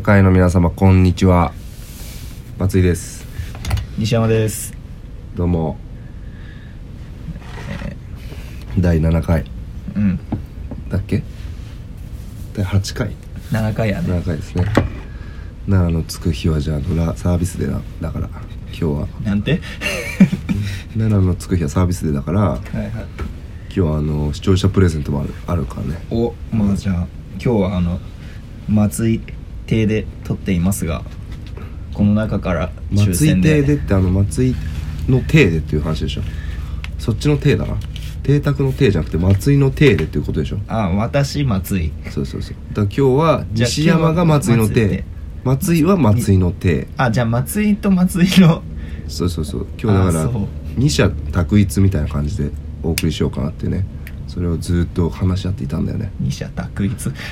世界の皆様こんにちは。松井です。 西山です。 どうも、第7回だっけ、第8回 7回やね。 7回ですね。7のつく日はじゃあサービスデーだから今日はなんて 7のつく日はサービスデーだから、 はいはい、 今日は視聴者プレゼントもあるからね。 まあじゃあ今日は松井邸で撮っていますが、この中から抽選で。 松井邸でって松井の邸でっていう話でしょ。そっちの邸だな。邸宅の邸じゃなくて松井の邸でっていうことでしょ。 私松井。 そうだから今日は西山が松井の邸、松井は松井の邸。 じゃあ松井と松井のそう今日だから二者択一みたいな感じでお送りしようかなってね。それをずっと話し合っていたんだよね。 二者択一もう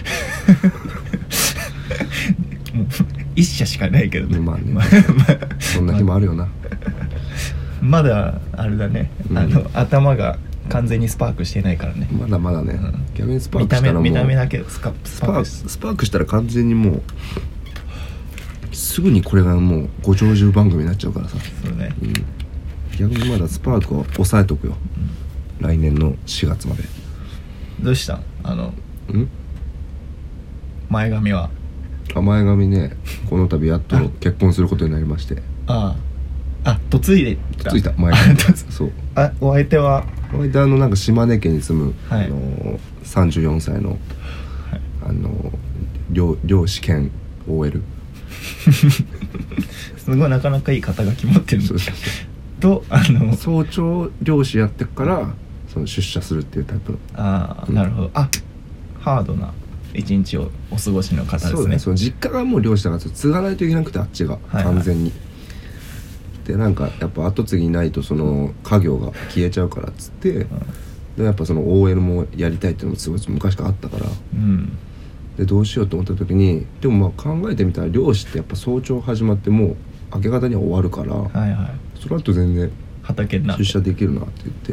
一社しかないけどね。 まあねそんな日もあるよな。 まだあれだね、頭が完全にスパークしてないからね。まだね、逆にスパークしたらもう見た目だけスパークしたら完全にもうすぐにこれがもうご長寿番組になっちゃうからさ。 そうね、 逆にまだスパークを抑えとくよ、来年の4月まで。 どうした前髪は。 前髪ね、この度やっと結婚することになりまして。 嫁いた前髪そうお相手はなんか島根県に住む、34歳の、漁師兼 OL すごいなかなかいい肩書き持ってるんですと早朝漁師やってからその出社するっていうタイプ。 なるほど。ハードな一日をお過ごしの方ですね。 そうね、その実家がもう漁師だから継がないといけなくて、あっちが完全に、でなんかやっぱ後継ぎないとその家業が消えちゃうからっつって、でやっぱその OL もやりたいっていうのもすごい昔からあったから、でどうしようと思った時に、でも考えてみたら漁師ってやっぱ早朝始まってもう明け方には終わるから、その後全然畑になって出社できるなって言って。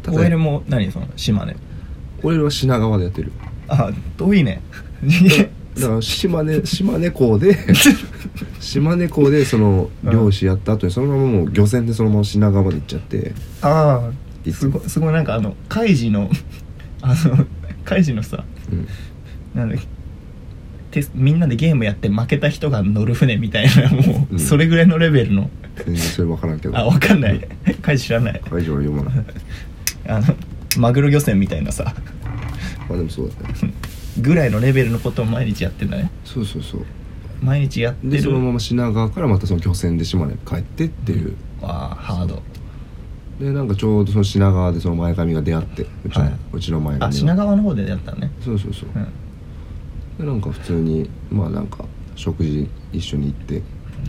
OL もその島根。 OL は品川でやってる。 遠いねだから島根港で島根港でその漁師やった後にそのままもう漁船でそのまま品川まで行っちゃって。 すごいなんかカイジのカイジのさ、なんだみんなでゲームやって負けた人が乗る船みたいな、もうそれぐらいのレベルの。 全然それ分からんけど。 分かんない。カイジ知らない。 カイジは読まないマグロ漁船みたいなさ。 でもそうだねぐらいのレベルのことを毎日やってんだね。 そう毎日やってる。 でそのまま品川からまたその漁船で島根に帰ってっていう、 ハードでなんかちょうどその品川でその前髪が出会って、うちの前髪品川の方で出会ったね。 そう、でなんか普通になんか食事一緒に行って、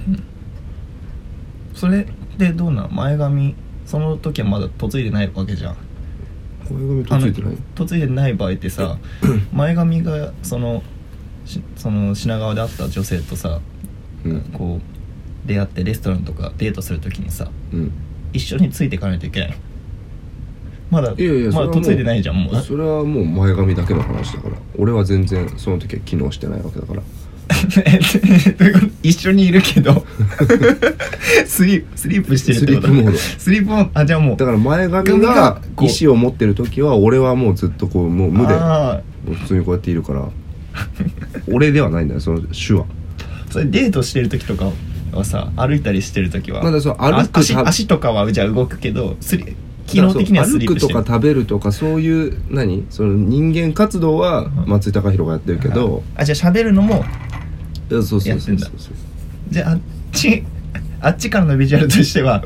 それでどうなの？前髪その時はまだ嫁いでないわけじゃん。 前髪嫁いでない？ 嫁いでない場合ってさ前髪がその品川で会った女性とさ、こう出会ってレストランとかデートするときにさ、一緒についていかないといけないの？まだ嫁いでないじゃん。もうそれはもう前髪だけの話だから、俺は全然その時は機能してないわけだから一緒にいるけどスリープしてるってこと？スリープモード。じゃあもうだから前髪が意思を持ってる時は俺はもうずっとこうもう無で普通にこうやっているから俺ではないんだよ、その手話。 それデートしてる時とかはさ、歩いたりしてる時は足とかはじゃあ動くけど機能的にはスリープしてる。 歩くとか食べるとかそういうその人間活動は松井貴弘がやってるけど、 じゃあ喋るのもそうやってんだ。じゃああっちからのビジュアルとしては、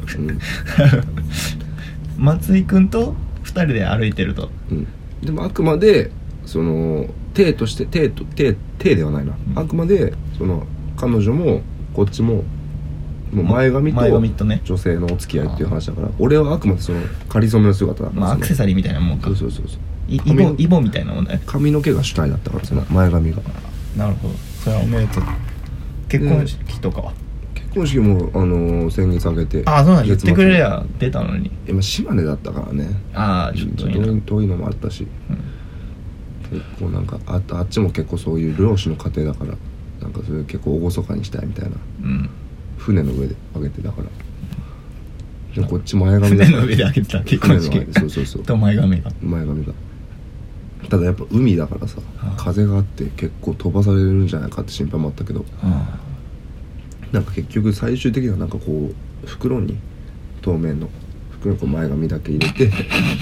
松井くんと2人で歩いてると、 でもあくまでその体として体ではないな、あくまでその彼女もこっちももう前髪と女性のお付き合いっていう話だから、俺はあくまでその仮初めの姿だから、 アクセサリーみたいなもんか。 そうイボみたいなもんだね。 髪の毛が主体だったからその前髪が。 なるほど。それはおめでとう。結婚式とかは？ 結婚式も先月あげて。 そうなん言ってくれりゃ出たのに。 今島根だったからね。 ちょっと遠いのもあったし、結構なんかあっちも結構そういう漁師の家庭だからなんかそれ結構厳かにしたいみたいな、 うん、 船の上であげて、だからでこっち前髪船の上であげてた結婚式、 そうそうそうと前髪がただやっぱ海だからさ、 ああ風があって結構飛ばされるんじゃないかって心配もあったけど、なんか結局最終的にはなんかこう袋に透明の袋にこう前髪だけ入れて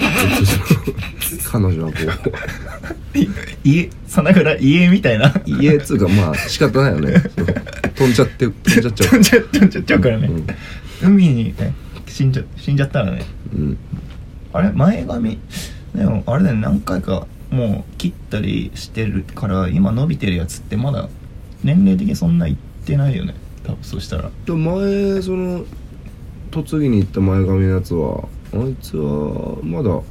彼女はこう家さながら家みたいな家つうかまあ仕方ないよね飛んじゃっちゃう飛んじゃっちゃうからね、海にね死んじゃったらね、あれ前髪でもあれだね、何回かもう切ったりしてるから今伸びてるやつってまだ年齢的にそんないってないよね多分。そしたらで前その嫁ぎに行った前髪のやつはあいつはまだ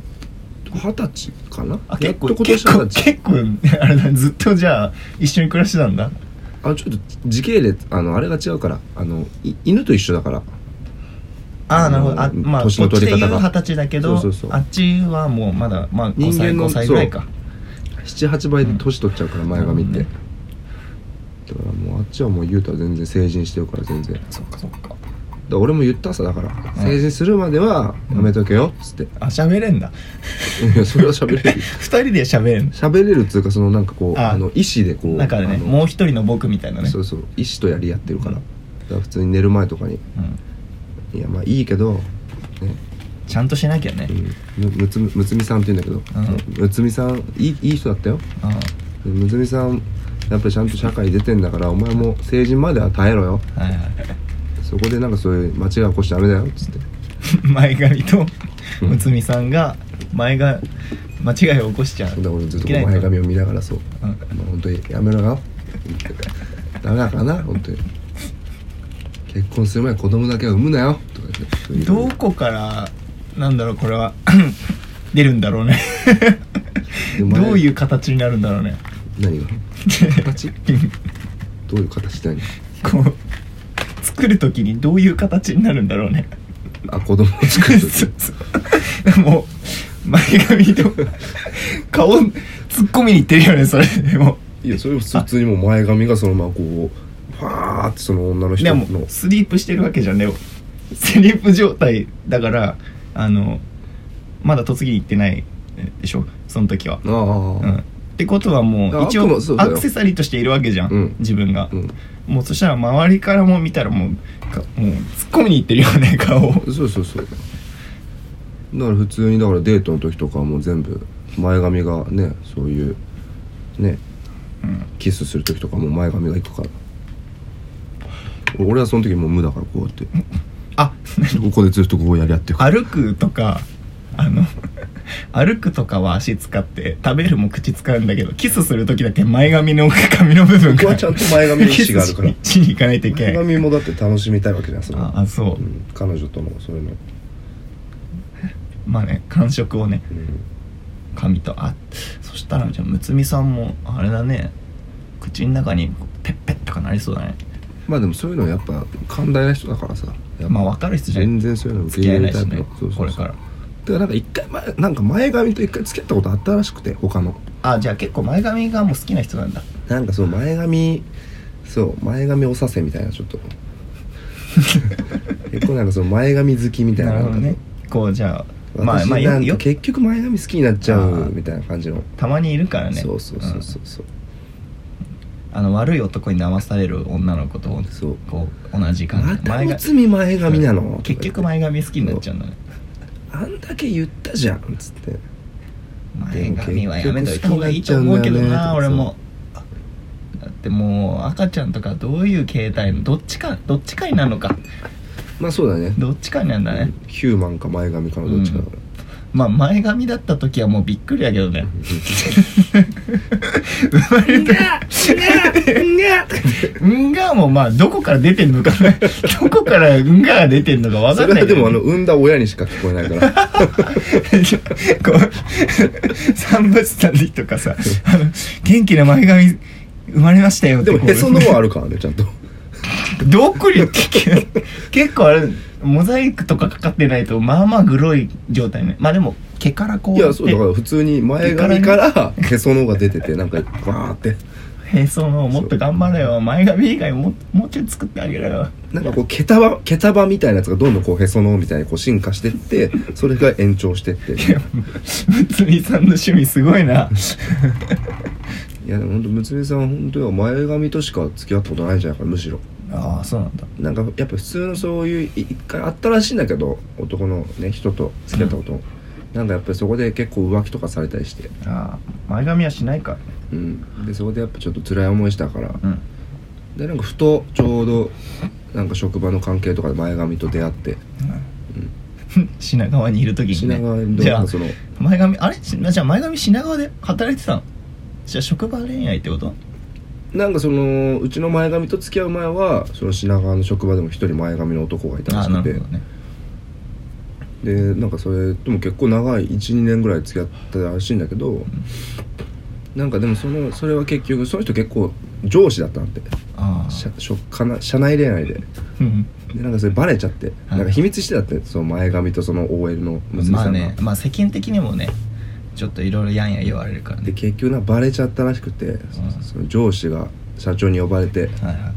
20歳かな。 結構やっと今年20歳。 結構あれだ、ずっとじゃあ一緒に暮らしてたんだ。 ちょっと時系列あれが違うから犬と一緒だから。 なるほど。まあこっちで言う20歳だけど、 そうそうあっちはもうまだまあ人間の 5歳ぐらいか。 7,8 倍で年取っちゃうから、前髪って、だからもうあっちはもう言うたら全然成人してるから全然。 そっかそっか。 俺も言ったさ、だから成人するまではやめとけよっつって。 喋れんだ。 いやそれは喋れる 2人で喋れん。 喋れるっつうか、そのなんかこう意思でこうなんかね、もう一人の僕みたいなね。 そうそう、意思とやり合ってるから、だから普通に寝る前とかに、いやまあいいけどね、 ちゃんとしなきゃね。 むつみさんって言うんだけど、むつみさんいい人だったよ。むつみさんやっぱりちゃんと社会出てんだから、お前も成人までは耐えろよ。はいはいはい。そこでなんかそういう間違い起こしちゃダメだよっつって前髪とむつみさんが間違いを起こしちゃう。 だから俺ずっと前髪を見ながらそう、まあ、本当にやめろよダメだからな、本当に結婚する前に子供だけは産むなよとか言って、 どこからなんだろうこれは出るんだろうねどういう形になるんだろうね。 何が形どういう形だね。 こう作るときにどういう形になるんだろうね。 子供を作るときもう前髪と顔突っ込みにいってるよね、それでも。 いやそれ普通にもう前髪がそのままこうファーってその女の人のでもスリープしてるわけじゃんね。スリープ状態だからまだ嫁ぎに行ってないでしょその時は。ってことはもう一応アクセサリーとしているわけじゃん、自分が、もうそしたら周りからも見たらもう突っ込みに行ってるよね顔を。 そうだから普通にだからデートの時とかはもう全部前髪がね、そういうね、キスする時とかも前髪がいくから、俺はその時もう無だからこうやってここでずっとこうやり合ってる。 歩くとか歩くとかは足使って食べるも口使うんだけど、キスする時だけ前髪の髪の部分がちゃんと前髪の意思があるからキスしに行かないといけない。 前髪もだって楽しみたいわけじゃん、それ。 そう、 彼女とのそういうのまあね、感触をね、髪とそしたらじゃあむつみさんもあれだね、口の中にペッペッとかなりそうだね。 まあでもそういうのやっぱ寛大な人だからさ、 まあ分かる人じゃ全然そういうの受け入れるタイプの、そうこれからだからなんか一回なんか前髪と一回付き合ったことあったらしくて、他のじゃあ結構前髪がもう好きな人なんだ。 なんかそう前髪おさせみたいな、ちょっと結構なんかその前髪好きみたいな。 なるほどね。こうじゃあ私なんか結局前髪好きになっちゃうみたいな感じのたまにいるからね。 そう、 悪い男に騙される女の子とこう同じ感じ。 またむつみ前髪なの結局前髪好きになっちゃうんだね。 あんだけ言ったじゃんっつって、 前髪はやめといた方がいいと思うけどな、俺も。だってもう赤ちゃんとかどういう形態のどっちかになるのか。まあそうだね、 どっちかになるんだね。 ヒューマンか前髪かのどっちかだから、 まあ前髪だった時はもうびっくりだけどね生まれたんがもうまあどこから出てんのかどこからんが出てんのか分かんないけど、ね、 それはでも産んだ親にしか聞こえないからこう産物産時とかさ元気な前髪生まれましたよってでもへそのもあるからねちゃんとどっくりって結構あれモザイクとかかかってないとまあまあグロい状態ね。まあでも毛からこういやそうだから普通に前髪からへそのが出ててなんかバーってへそのもっと頑張れよ、前髪以外もうちょい作ってあげろよ。 なんかこう毛束みたいなやつがどんどんこうへその緒みたいにこう進化してってそれが延長してっていやむつみさんの趣味すごいな。 いやでもほんとむつみさんは本当は前髪としか付き合ったことないんじゃないかな、むしろ。 ああそうなんだ。 なんかやっぱ普通のそういう一回あったらしいんだけど、男のね人と付き合ったこと、なんかやっぱりそこで結構浮気とかされたりして、 ああ前髪はしないからね。 でそこでやっぱちょっと辛い思いしたから、でなんかふとちょうどなんか職場の関係とかで前髪と出会って、 品川にいる時にね。 品川でじゃあその前髪あれじゃあ前髪品川で働いてたの？じゃあ職場恋愛ってこと？ なんかそのうちの前髪と付き合う前はその品川の職場でも一人前髪の男がいたらしくて、 なるほどね。 でなんかそれでも結構長い 1,2 年ぐらい付き合ったらしいんだけど、なんかでもそれは結局その人結構上司だったんだって、社内恋愛ででなんかそれバレちゃって、なんか秘密してたって、その前髪とその OL の娘さんが。 まあ世間的にもねちょっといろいろやんや言われるからね。 で結局バレちゃったらしくて、その上司が社長に呼ばれて、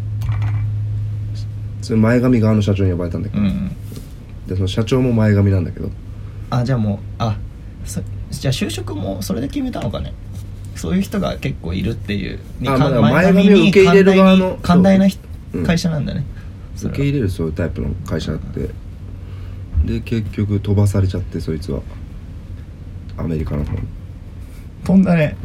それ前髪側の社長に呼ばれたんだけど、でその社長も前髪なんだけど、 じゃあもうじゃあ就職もそれで決めたのかね。そういう人が結構いるっていう、 まだ前髪を受け入れる側の寛大な会社なんだね、 受け入れるそういうタイプの会社だって。で結局飛ばされちゃって、そいつはアメリカの方に飛んだね。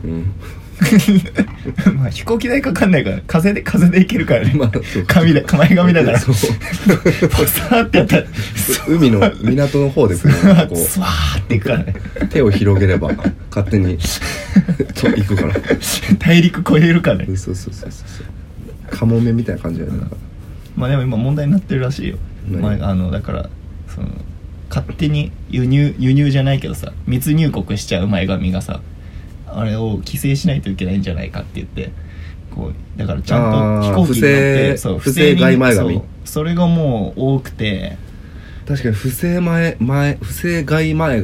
まあ飛行機代かかんないから風で行けるからね。前髪だからポサーってやったら海の港の方でこうスワーっていくからね。 手を広げれば勝手に行くから大陸越えるからね。 そうカモメみたいな感じだよね。 まあでも今問題になってるらしいよ。だからその勝手に輸入じゃないけどさ、密入国しちゃう前髪がさ、あれを規制しないといけないんじゃないかって言って、こうだからちゃんと飛行機に乗って不正外前髪、 それがもう多くて、 確かに不正外前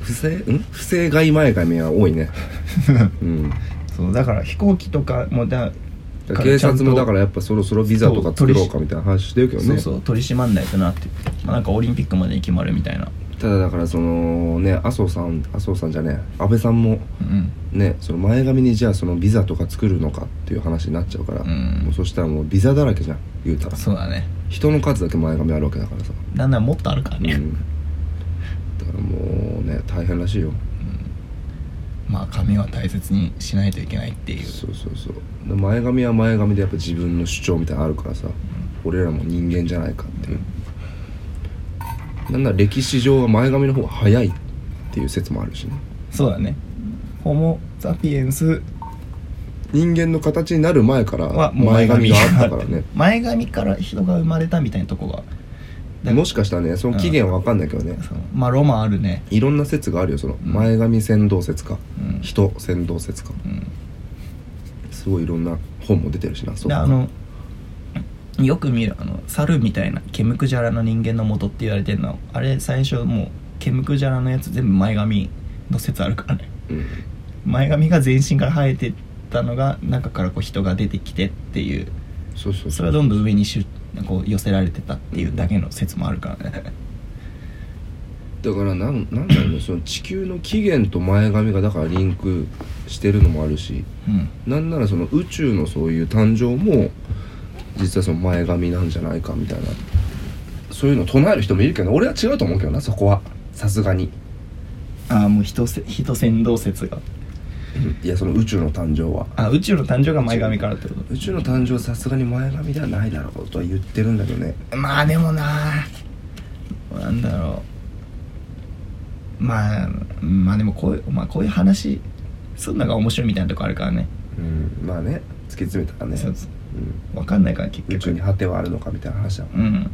髪は多いね。 そうだから飛行機とかも警察もだからやっぱそろそろビザとか作ろうかみたいな話してるけどね。 そう取り締まんないとなって、なんかオリンピックまでに決まるみたいな。 ただだからそのね麻生さんじゃねえ安倍さんもね、その前髪にじゃあそのビザとか作るのかっていう話になっちゃうから、もうそしたらもうビザだらけじゃん、言うたら。 そうだね、 人の数だけ前髪あるわけだからさ。 だんだんもっとあるからね、 だからもうね大変らしいよ。 まあ髪は大切にしないといけないっていう。 そう前髪は前髪でやっぱ自分の主張みたいなのあるからさ、俺らも人間じゃないかっていう、なんなら歴史上は前髪の方が早いっていう説もあるしね。 そうだね、ホモ・サピエンス人間の形になる前から前髪があったからね。 前髪から人が生まれたみたいなとこがもしかしたらね、その起源は分かんないけどね、 まあロマンあるね。 いろんな説があるよ、その前髪先導説か、人先導説か、すごいいろんな本も出てるしな。 よく見る猿みたいなケムクジャラの人間の元って言われてるの、あれ最初もうケムクジャラのやつ全部前髪の説あるからね、前髪が全身から生えてったのが中からこう人が出てきてっていう、それはどんどん上にこう寄せられてたっていうだけの説もあるからね。 だからなんだろうね、その地球の起源と前髪がだからリンクしてるのもあるし、なんならその宇宙のそういう誕生も実はその前髪なんじゃないかみたいな、そういうのを唱える人もいるけど、俺は違うと思うけどな、そこはさすがに。 もう人先導説が、 いやその宇宙の誕生は宇宙の誕生が前髪からってこと。 宇宙の誕生はさすがに前髪ではないだろうとは言ってるんだけどね。 まあでもなんだろう、まあでもこういう話するのが面白いみたいなとこあるからね。 まあね、突き詰めたらね、 分かんないから結局宇宙に果てはあるのかみたいな話だもん。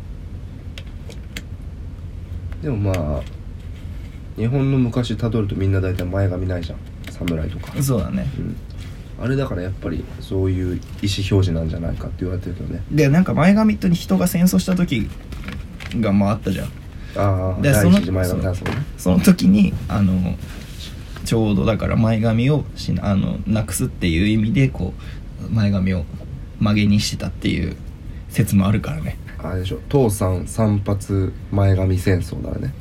でもまあ日本の昔たどるとみんな大体前髪ないじゃん、侍とか。 そうだね、 あれだからやっぱりそういう意思表示なんじゃないかって言われてるけどね。 でなんか前髪と人が戦争した時があったじゃん。 第一次前髪戦争ね。 その時にちょうどだから前髪をなくすっていう意味でこう前髪を曲げにしてたっていう説もあるからね。 あれでしょ、父さん散髪前髪戦争だね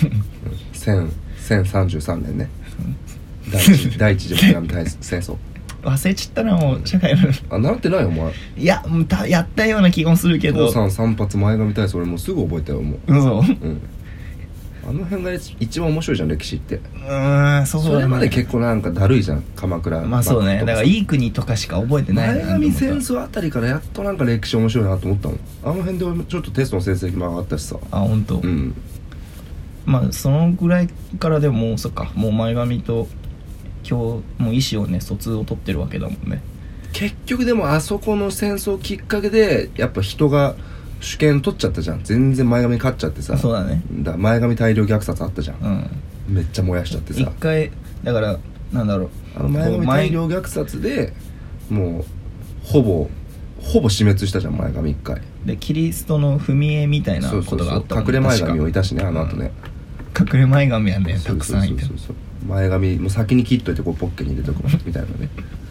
1033年ね第一次前髪戦争忘れちったらもう社会の習ってないお前。 いややったような気もするけど、 父さん散髪前髪体操俺もうすぐ覚えたよもう。 そう、 あの辺が一番面白いじゃん歴史って。 そうだね。 それまで結構なんかだるいじゃん鎌倉。 まあそうね、だからいい国とかしか覚えてない。 前髪戦争あたりからやっとなんか歴史面白いなと思ったもん。あの辺で俺ちょっとテストの成績も上がったしさ。 あ、本当。まあそのぐらいからでもそっか、もう前髪と今日もう意思をね疎通を取ってるわけだもんね。 結局でもあそこの戦争きっかけでやっぱ人が主権取っちゃったじゃん。全然前髪勝っちゃってさ。 そうだね。 前髪大量虐殺あったじゃん。めっちゃ燃やしちゃってさ。 一回だからなんだろう、 あの前髪大量虐殺でもうほぼ死滅したじゃん前髪一回で。キリストの踏み絵みたいなことがあったもんね。 隠れ前髪をいたしね、あの後ね。 隠れ前髪はねたくさんいた。 前髪もう先に切っといてこうポッケに入れとくみたいなね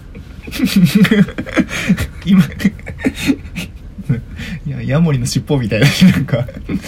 今いやヤモリの尻尾みたいななんかだか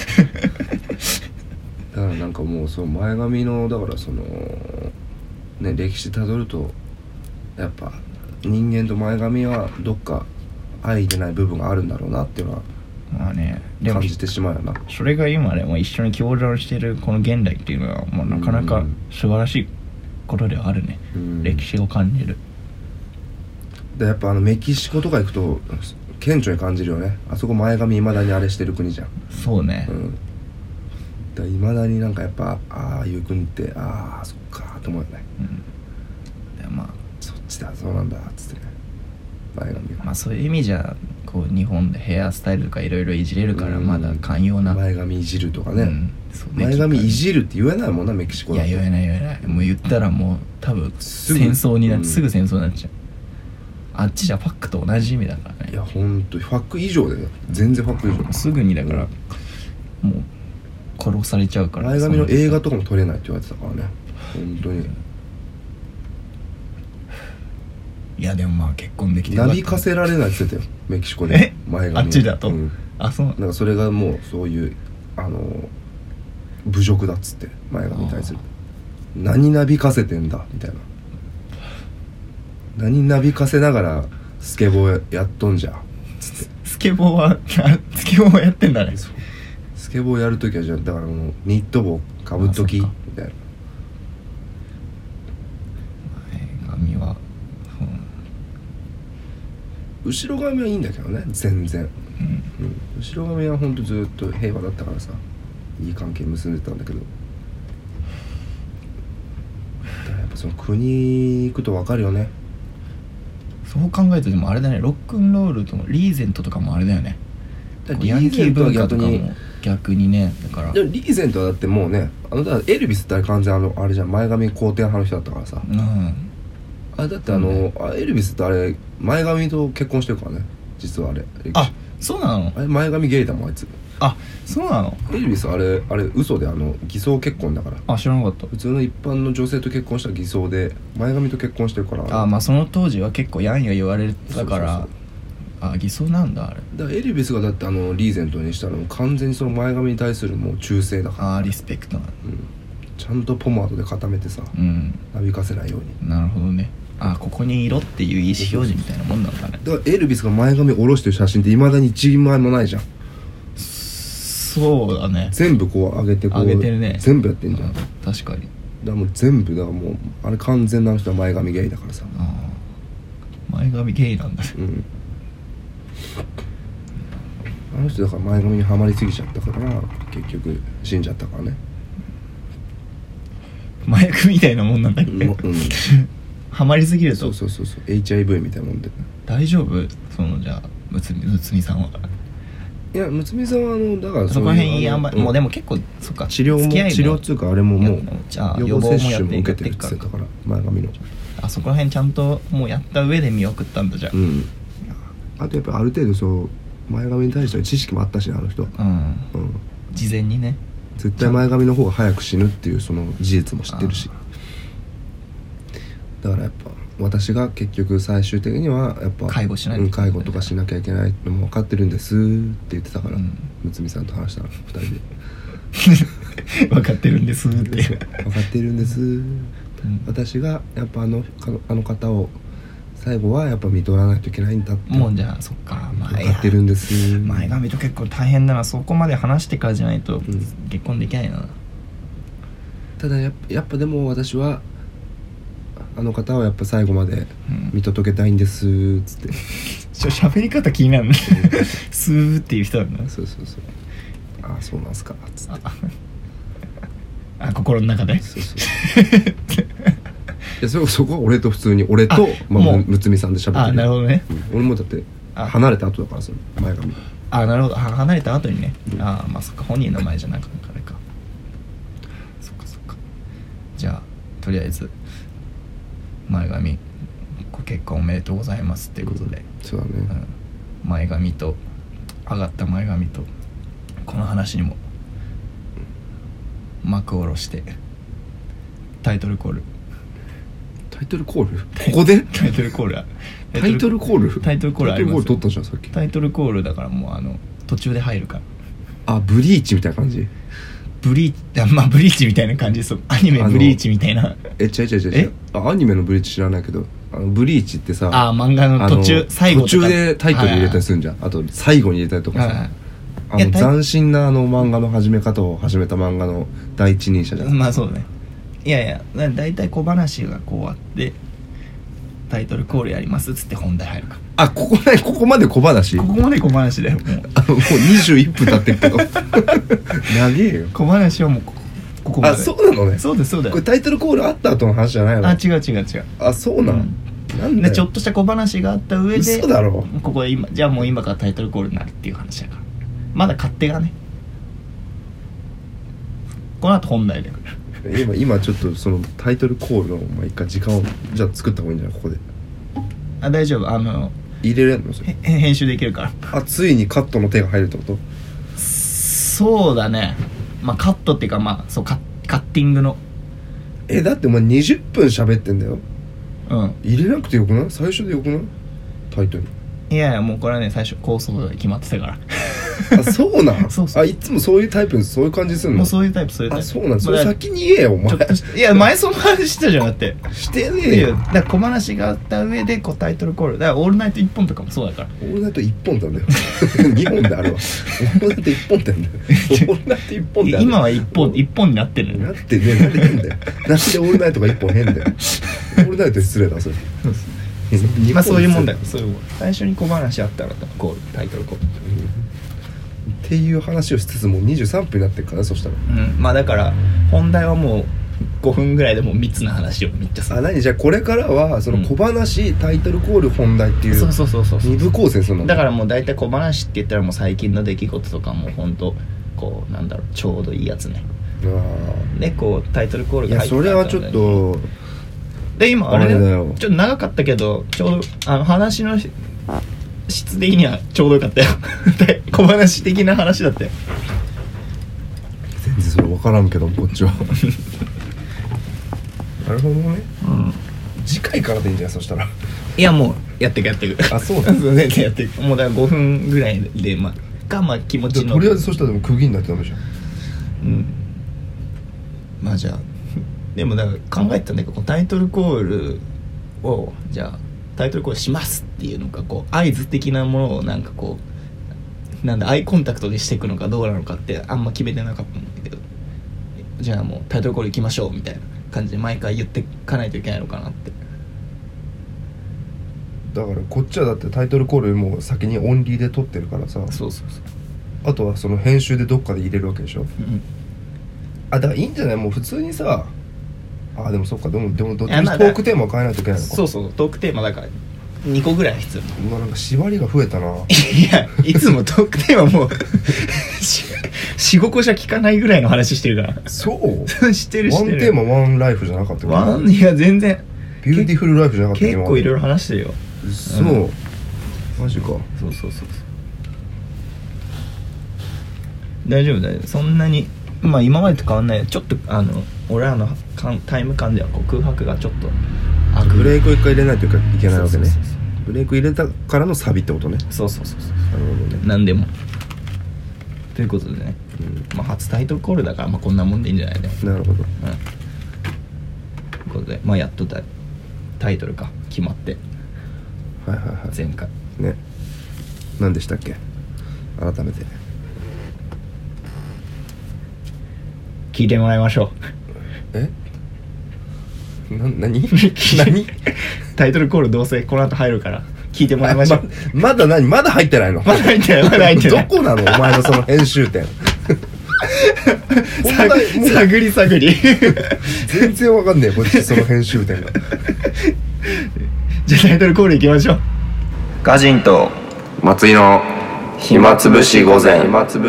らなんかもうその前髪のだからそのね歴史たどるとやっぱ人間と前髪はどっか相入れない部分があるんだろうなっていうのはまあね感じてしまうよな。 それが今でも一緒に共存しているこの現代っていうのはもうなかなか素晴らしいことではあるね。歴史を感じる。 でやっぱメキシコとか行くと顕著に感じるよね。あそこ前髪未だにあれしてる国じゃん。 そうね。 だから未だになんかやっぱああいう国ってああそっかと思うよね。 でまあそっちだそうなんだっつってね前髪が。 まあそういう意味じゃこう日本でヘアスタイルとかいろいろいじれるからまだ寛容な。 前髪いじるとかね。 そうね、 前髪いじるって言えないもんなメキシコだと。 いや言えないもう言ったらもう多分戦争になって、すぐ戦争になっちゃう。あっちじゃファックと同じ意味だからね。 いやほんとファック以上だよ。全然ファック以上すぐにだから、もう殺されちゃうから。 前髪の映画とかも撮れないって言われてたからね本当に。 いやでもまあ結婚できてなびかせられないって言ってたよメキシコで前髪あっちだと、あそうなんかそれがもうそういう侮辱だっつって前髪に対する何なびかせてんだみたいな。何なびかせながらスケボーやっとんじゃつって。 スケボーやってんだね。 スケボーやるときはじゃあだからもうニット帽かぶっときみたいな。 前髪は、 後ろ髪はいいんだけどね全然、後ろ髪はほんとずっと平和だったからさいい関係結んでたんだけど、だからやっぱその国行くと分かるよね。 そう考えるとでもあれだね、ロックンロールとリーゼントとかもあれだよね。 ヤンキー文化とかも逆にね。だからリーゼントはだってもうねだからエルビスって完全あれじゃん前髪肯定派の人だったからさ、だってエルビスってあれ前髪と結婚してるからね実はあれ。 あ、そうなの？ あれ前髪ゲイだもんあいつ。 あ、そうなの？ エルビスあれ嘘で偽装結婚だから。 あ、知らなかった。 普通の一般の女性と結婚したら偽装で前髪と結婚してるから。 まあその当時は結構やんや言われたから。偽装なんだあれ。 だからエルビスがだってリーゼントにしたらもう完全にその前髪に対するもう忠誠だから。 リスペクトなの。 ちゃんとポマードで固めてさ、なびかせないように。 なるほどね。ここに色っていう意思表示みたいなもんなんだね。 だからエルビスが前髪下ろしてる写真っていまだに1枚もないじゃん。 そうだね。 全部こう上げてるね。 全部やってんじゃん。 確かに。 だからもう全部だからもうあれ完全な人は前髪ゲイだからさ。 前髪ゲイなんだね。 あの人だから前髪にはまりすぎちゃったから結局死んじゃったからね。 麻薬みたいなもんなんだっけ。はまりすぎると。 そう HIV みたいなもんで。 大丈夫？じゃあむつみさんは。 いやむつみさんはだからそこら辺もうでも結構そっか治療っつうかあれももう予防接種も受けてるって言ってたから前髪のそこら辺ちゃんともうやった上で見送ったんだじゃあ。あとやっぱある程度そう前髪に対しての知識もあったしねあの人。 事前にね絶対前髪の方が早く死ぬっていうその事実も知ってるし、だからやっぱ私が結局最終的にはやっぱ介護しないといけない介護とかしなきゃいけないのも分かってるんですって言ってたから、むつみさんと話したら2人で分かってるんですって分かってるんです、私がやっぱあの方を最後はやっぱ見とらないといけないんだって。 もうじゃあそっか、 分かってるんです。 前髪と結構大変だな。そこまで話してからじゃないと結婚できないな、 ただやっぱでも私はあの方はやっぱ最後まで見届けたいんですっつって、 喋り方気になるねスーっていう人なんだ。 そうそうそう、ああそうなんすかっつってあ心の中でそういやそこは俺と普通に俺とむつみさんで喋ってる。 あなるほどね、 俺もだって離れた後だからその前髪なるほど、離れた後にね、まあそっか、本人の前じゃなかったからか。そっかそっか。じゃあとりあえず前髪ご結婚おめでとうございますっていうことで、 そうだね、 前髪と上がった前髪とこの話にも幕を下ろしてタイトルコールここでタイトルコールタイトルコールありますよ。 取ったじゃんさっき。 タイトルコールだからもう途中で入るから。 ブリーチみたいな感じ。 ブリーチみたいな感じです。アニメブリーチみたいな。 違うアニメのブリーチ知らないけど、ブリーチってさ、 漫画の途中最後とか途中でタイトル入れたりするんじゃん、あと最後に入れたりとかさ、斬新な漫画の始め方を始めた漫画の第一人者じゃん。 まあそうね。いやだいたい小話がこうあってタイトルコールやりますっつって本題入るか。 ここまで小話。 ここまで小話だよ。もう 21分経ってるけど長えよ。 小話はもうここまで。 そうなのね。 そうですそうだよ。 これタイトルコールあった後の話じゃないの？ 違う。 そうなん、なんでちょっとした小話があった上で嘘だろ。 ここでじゃあもう今からタイトルコールになるっていう話だから、まだ勝手がね。この後本題で来る。 今ちょっとそのタイトルコールの一回時間をじゃあ作った方がいいんじゃない？ここで大丈夫。 入れれんのそれ？ 編集できるから。 ついにカットの手が入るってこと？ そうだね。カットっていうかそうカッティングの。 だってお前20分喋ってんだよ。入れなくてよくない？最初でよくない？タイトル。 いやもうこれはね最初構想が決まってたからそうなんそういつもそういうタイプそういう感じするの？ もうそういうタイプそうなんそれ先に言えよお前。 いや前その話したじゃん。だってしてねえよ。 だから小話があった上でタイトルコールだからオールナイト1本とかもそうだから。 オールナイト1本なんだよ2本であるわ。オールナイト1本ってなんだよ。オールナイト1本って今は1本になってる。 なってねえ。なんで変だよ。なんでオールナイトが1本変だよ。オールナイト失礼だそれ。 そういうもんだよ。そういうもん。最初に小話あったらコールタイトルコール、 っていう話をしつつもう23分になってるからそしたら、 だから本題はもう5分ぐらいでもう3つの話をめっちゃする。 何じゃあこれからはその小話、タイトルコール本題っていうそう 2部構成するの。 だからもう大体小話って言ったらもう最近の出来事とかも本当こうなんだろうちょうどいいやつね。でこうタイトルコールが入った。 それはちょっとで今あれだよ。ちょっと長かったけどちょうど話の質的にはちょうどよかったよ小話的な話だったよ。 全然それ分からんけどこっちはなるほどね、次回からでいいんじゃんそしたら。 いやもうやってくそうなんそうねやっていく。もうだから5分ぐらいで気持ちのとりあえずそしたらでも区切りになってダメじゃん。 じゃあでもだから考えてたんだけどタイトルコールをじゃあタイトルコールしますっていうのかこう合図的なものをなんかこうなんだアイコンタクトでしていくのかどうなのかってあんま決めてなかったんだけど、じゃあもうタイトルコール行きましょうみたいな感じで毎回言っていかないといけないのかなって。 だからこっちはだってタイトルコールも先にオンリーで撮ってるからさ。 そうあとはその編集でどっかで入れるわけでしょ。だからいいんじゃない？もう普通にさでもそっかでもどっちにトークテーマを変えないといけないのか。そうトークテーマだから2個ぐらい必要。 なんか縛りが増えたな。 いやいつもトークテーマもう4,5 個じゃ聞かないぐらいの話してるから。 そう知ってるワンテーマワンライフじゃなかったか。いや全然ビューティフルライフじゃなかった。 結構いろいろ話してるよ。 そうマジか。 そう大丈夫そんなに今までと変わんない。ちょっと俺らのタイム感ではこう空白がちょっとブレークを一回入れないといけないわけね。 そうそうそうそうブレーク入れたからのサビってことね。 そうそうそうそう、 なるほどね。 何でもということでね、まあ初タイトルコールだから、まあこんなもんでいいんじゃないでも。 なるほど。 ということで、まあやっとタイトルか決まって、 はいはいはい。 前回ね。何でしたっけ、改めて聞いてもらいましょう。 何何タイトルコールどうせこの後入るから聞いてもらいましょう。 まだまだ入ってないの？ まだ入ってない、まだ入ってない。 どこなのお前のその編集点。 探り全然わかんねえこっちその編集点が。 じゃあタイトルコールいきましょう。 ガジンと松井の暇つぶし午前。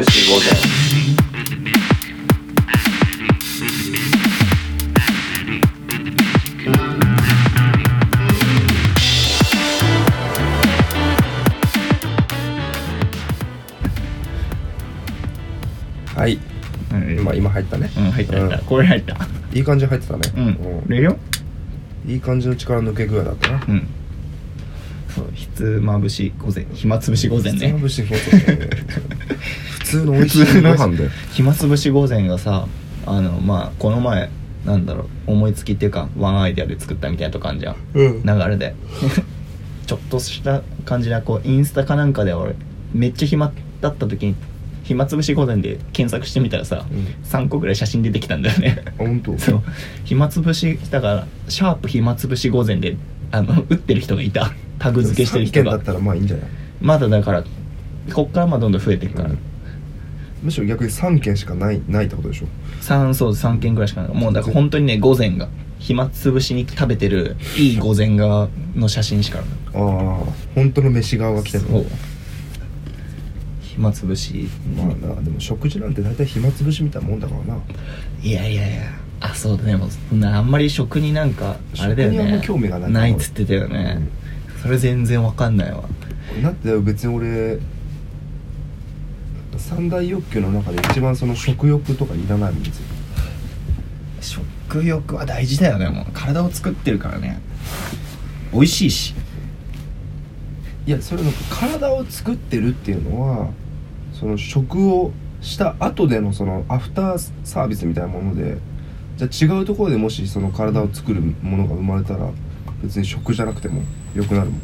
はい、今入ったね。 入った、これ入った。 いい感じに入ってたね。 レギョいい感じの力抜け具合だったな。 そう、ひつまぶし午前、暇つぶし午前ね。 ひつまぶし午前ね。普通の美味しいご飯で暇つぶし午前がさ、まあこの前なんだろう、思いつきっていうかワンアイデアで作ったみたいなとこあんじゃん、流れでちょっとした感じでこうインスタかなんかで俺めっちゃ暇だった時に暇つぶし午前で検索してみたらさ、3個ぐらい写真出てきたんだよね。 本当？ そう、暇つぶしだからシャープ暇つぶし午前で打ってる人がいた、タグ付けしてる人が。 3件だったらまあいいんじゃない？ まだだからこっからまあどんどん増えていくから、 むしろ逆に3件しかないってことでしょ。 そう3件ぐらいしかない。もうだから本当にね、午前が暇つぶしに食べてるいい午前側の写真しかない。 ああ、本当の飯側が来てる。 そう、暇つぶし。 まあな、でも食事なんて大体暇つぶしみたいなもんだからな。 いやそうだね、もうあんまり食になんかあれだよね、 食にあんま興味がないっつってたよね、それ全然わかんないわ。 だって別に俺三大欲求の中で一番その食欲とかいらないんですよ。 食欲は大事だよね。もう体を作ってるからね、美味しいし。 いや、それの体を作ってるっていうのはその食をした後でのそのアフターサービスみたいなもので、じゃあ違うところでもしその体を作るものが生まれたら別に食じゃなくても良くなるもん。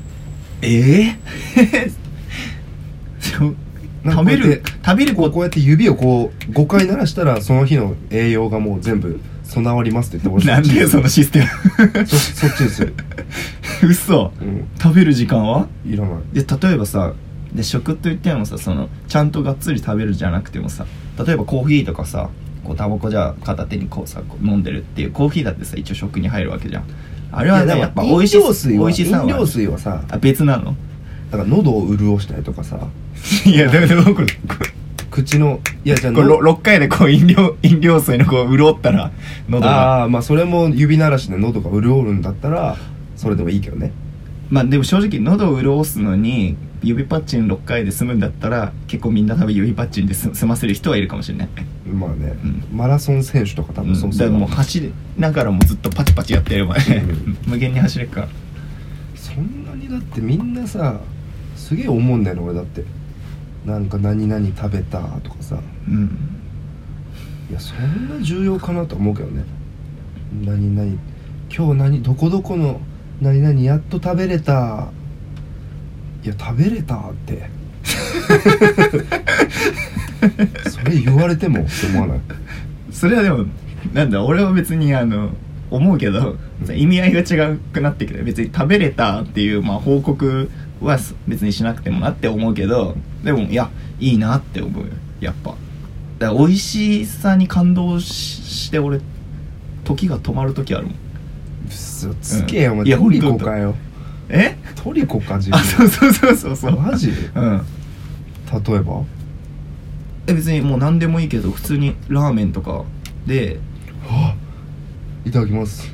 食べるこうやって指をこう5回鳴らしたらその日の栄養がもう全部備わりますって言ってなんでよそのシステムそっちにする。 嘘、食べる時間はいらない。 で例えばさ、で食といってもさ、そのちゃんとがっつり食べるじゃなくてもさ、例えばコーヒーとかさ、こうタバコじゃ片手にこうさこう飲んでるっていうコーヒーだってさ、一応食に入るわけじゃん。あれはね、やっぱ美味しさ飲料水はさ別なのだから喉を潤したりとかさいやだからこれ口のいやじゃあ 6回でこう飲料水のこう潤ったら喉が、 まあそれも指鳴らしで喉が潤るんだったらそれでもいいけどね。 まあでも正直喉を潤すのに指パッチン6回で済むんだったら結構みんな多分指パッチンで済ませる人はいるかもしれない。 まあね、マラソン選手とか多分そうだからもう走りながらもずっとパチパチやってればね、無限に走れるから。 そんなにだってみんなさすげえ思うんだよね俺だって。なんか何々食べたとかさ、いやそんな重要かなと思うけどね。何々今日どこどこの何々やっと食べれた。いや食べれたってそれ言われてもって思わない？ それはでもなんだ、俺は別に思うけど、意味合いが違くなってきて、別に食べれたっていう、まあ、報告は別にしなくてもなって思うけど、でもいやいいなって思うよやっぱ。だから美味しさに感動して俺時が止まる時あるもん。 嘘つけよ、お前トリコかよ。トリコか自分。 そうマジ？例えば別にもう何でもいいけど、普通にラーメンとかで、 いただきます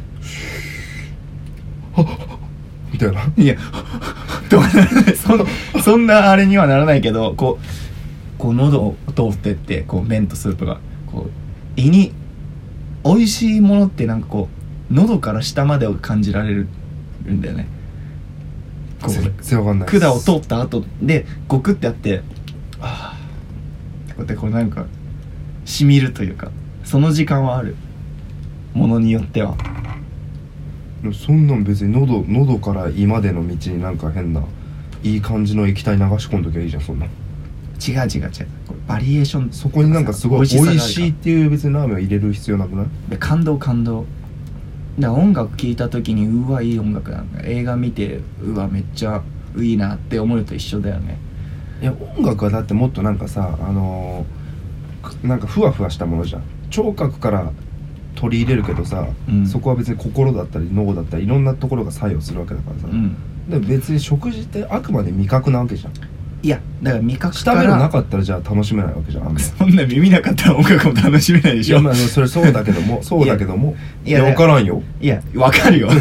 みたいな。 いやどうならないそんなあれにはならないけど、こう喉を通ってってこう麺とスープがこう胃に美味しいものってなんかこう喉から下までを感じられるるんだよね。こ全然わかんない。 管を通った後でゴクってやって、ああこうやってこうなんかしみるというか、その時間はある、ものによっては。 そんなん別に喉から胃までの道になんか変ないい感じの液体流し込んどきゃいいじゃん。そんな違うこれバリエーション、 そこになんかすごい美味しいっていう別にラーメンを入れる必要なくない？ で感動だから音楽聴いた時にうわいい音楽なんだ、映画見てうわめっちゃいいなって思うと一緒だよね。 いや音楽はだってもっとなんかさなんかふわふわしたものじゃん。聴覚から取り入れるけどさ、そこは別に心だったり脳だったりいろんなところが作用するわけだからさ、で別に食事ってあくまで味覚なわけじゃん。 いやだから味覚舌ベロなかったらじゃあ楽しめないわけじゃん。 そんな耳なかったら音楽も楽しめないでしょ。 いやまあそれそうだけどもいや分からんよ。 いや分かるよ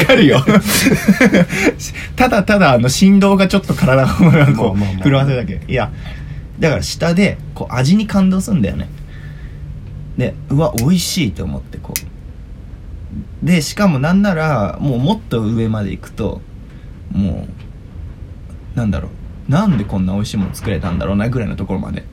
ただ振動がちょっと体をこう震わせるだけ。いやだから舌でこう味に感動するんだよね。でうわ美味しいと思ってこうで、しかもなんならもっと上まで行くともうなんだろう、なんでこんな美味しいもの作れたんだろうなぐらいのところまで、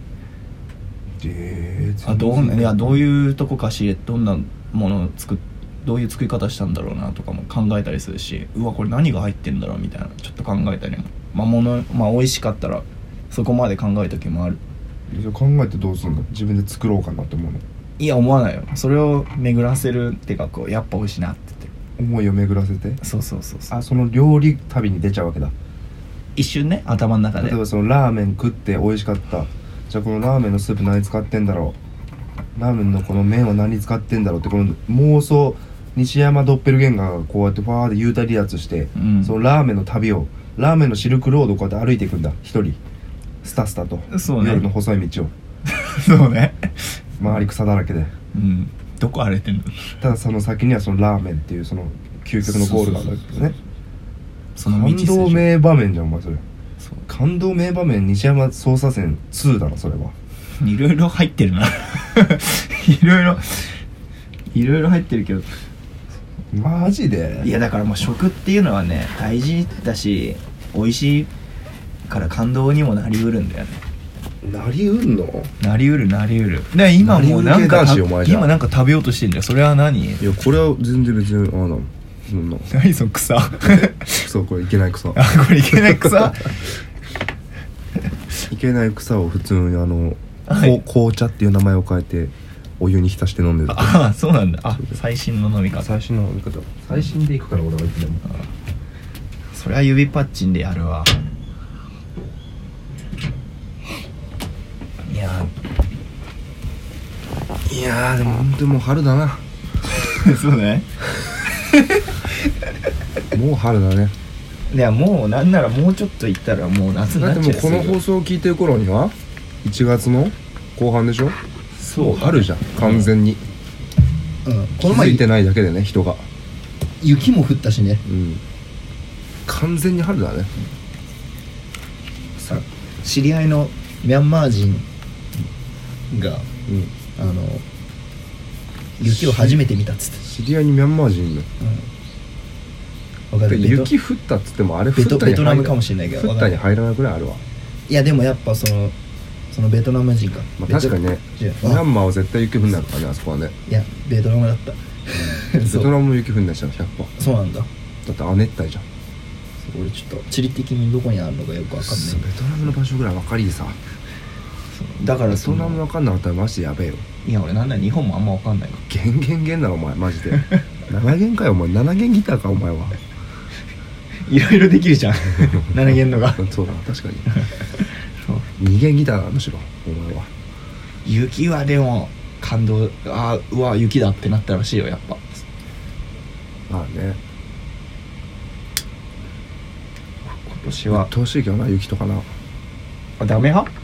どういうとこかし、どんなものをどういう作り方したんだろうなとかも考えたりするし、うわこれ何が入ってんだろうみたいなちょっと考えたりも、美味しかったらそこまで考える時もある。 考えてどうすんの？自分で作ろうかなって思うの？ いや思わないよ。それを巡らせるっていうかこうやっぱ美味しいなって言って思いを巡らせて、 そうその料理旅に出ちゃうわけだ。 一瞬ね、頭の中で。 例えばそのラーメン食って美味しかった、じゃあこのラーメンのスープ何使ってんだろう、ラーメンのこの麺は何使ってんだろうってこの妄想、西山ドッペルゲンガーがこうやってファーで幽体離脱して、そのラーメンの旅を、ラーメンのシルクロードをこうやって歩いていくんだ、一人スタスタと。 そうね、 夜の細い道をそうね周り草だらけで、 どこ歩いてんの？ ただその先にはそのラーメンっていうその究極のゴールがあるわけですね。 その道感動名場面じゃんお前それ。感動名場面西山捜査線2だなそれは。 いろいろ入ってるないろいろ入ってるけど、 マジで。 いやだからもう食っていうのはね大事だし、美味しいから感動にもなりうるんだよね。 なりうるの？ なりうるで今もうなんか今なんか食べようとしてんだよ。それは何？ いやこれは全然別に何その草草、これいけない草これいけない草いけない草を普通にはい、 紅茶っていう名前を変えてお湯に浸して飲んでる。 ああそうなんだ。最新の飲み方。 最新の飲み方。最新でいくから俺はいつでも。 それは指パッチンでやるわ。 いやーでも本当にもう春だなそうねもう春だね。 いやもうなんならもうちょっと行ったらもう夏になっちゃう。 だってもうこの放送を聞いてる頃には1月の後半でしょ。そう春じゃん完全に、この前気づいてないだけでね人が。 雪も降ったしね、 完全に春だね。 さ知り合いのミャンマー人が、雪を初めて見たっつって。 知り合いにミャンマー人いるの？ 分かる。 雪降ったっつってもあれベトナムかもしれないけど降ったに入らないくらいあるわ。 いやでもやっぱそのベトナム人か、 確かにねミャンマーは絶対雪降んないのかねあそこはね。 いやベトナムだったベトナムも雪降んないじゃん 100%。 そうなんだ。 だって亜熱帯じゃん。 俺ちょっと地理的にどこにあるのかよく分かんない。 ベトナムの場所ぐらい分かりさ。 だからベトナム分かんなかったらマジでやべえよ。 いや俺なんだ日本もあんま分かんないわ。 ゲンなのお前マジで7弦かよお前。7弦ギターかお前は。 いろいろできるじゃん7弦のがそうだ確かに2弦ギターだむしろお前は。 雪はでも感動。うわ雪だってなったらしいよやっぱ。 まあね今年はうっとうしいけどな雪とかな。 ダメ派？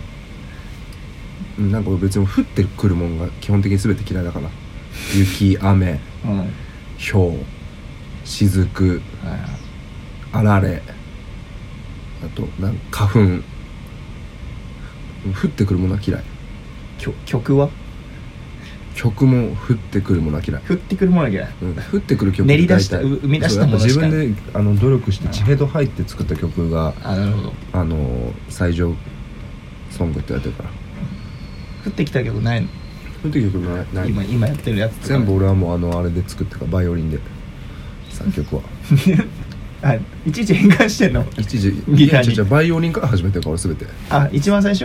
なんか別に降ってくるもんが基本的に全て嫌いだから。雪、雨、氷、雫、あられ、あとなんか花粉、降ってくるものは嫌い。 曲は？ 曲も降ってくるものは嫌い。 降ってくるもの嫌い、 降ってくる曲練り出した大体生み出したものしか自分で努力して血ヘド入って作った曲がなるほど最上ソングって言われてるから。 降ってきた曲ないの？ 降ってくる曲ない。 今やってるやつとか全部俺はもうあれで作ってからバイオリンで作曲はあ、いちいち変換してんの？ 一時ギターにじゃバイオリンから始めてるから俺全て。 あ、一番最初？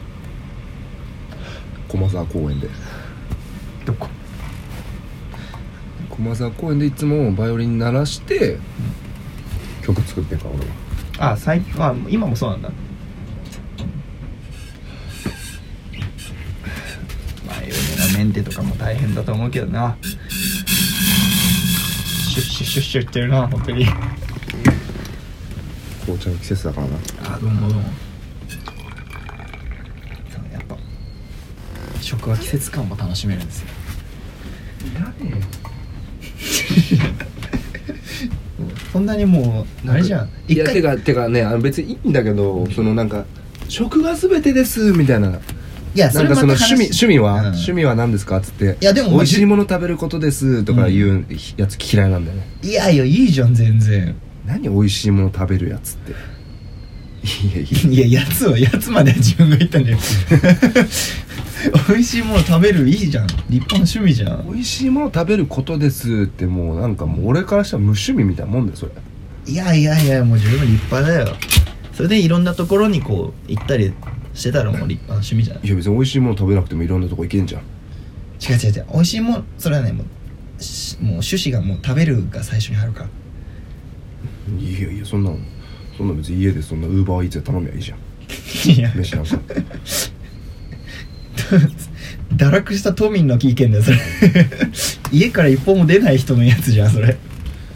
駒沢公園で。 どこ？ 駒沢公園でいつもバイオリン鳴らして曲作ってるから俺は。 今もそうなんだ。バイオリンのメンテとかも大変だと思うけどな。シュッシュッシュッシュッってるな、本当に。 紅茶の季節だからな。 あ、どうもどうも。そうやっぱ食は季節感も楽しめるんですよ。 いらねえよそんなにもうあれじゃん。 いやてかね別にいいんだけど、そのなんか食が全てですみたいな。 いや、 なんかその趣味は、 趣味は何ですかっつって、 いやでも美味しいもの食べることですとかいうやつ嫌いなんだよね。 いやいや、いいじゃん全然。 何美味しいもの食べるやつって。 いや、やつまで自分が言ったんだよ美味しいもの食べるいいじゃん、立派な趣味じゃん。 美味しいもの食べることですってもうなんかもう俺からしたら無趣味みたいなもんだよそれ。 いやもう十分立派だよ。それでいろんなところにこう行ったりしてたらもう立派な趣味じゃん。 いや別に美味しいもの食べなくてもいろんなとこ行けんじゃん。 違う美味しいもん、それはねもう趣旨がもう食べるが最初に入るから。 いやそんな別に家でそんなウーバーイーツで頼みゃいいじゃん。 いや飯なんか堕落した都民の意見だよそれ家から一歩も出ない人のやつじゃんそれ。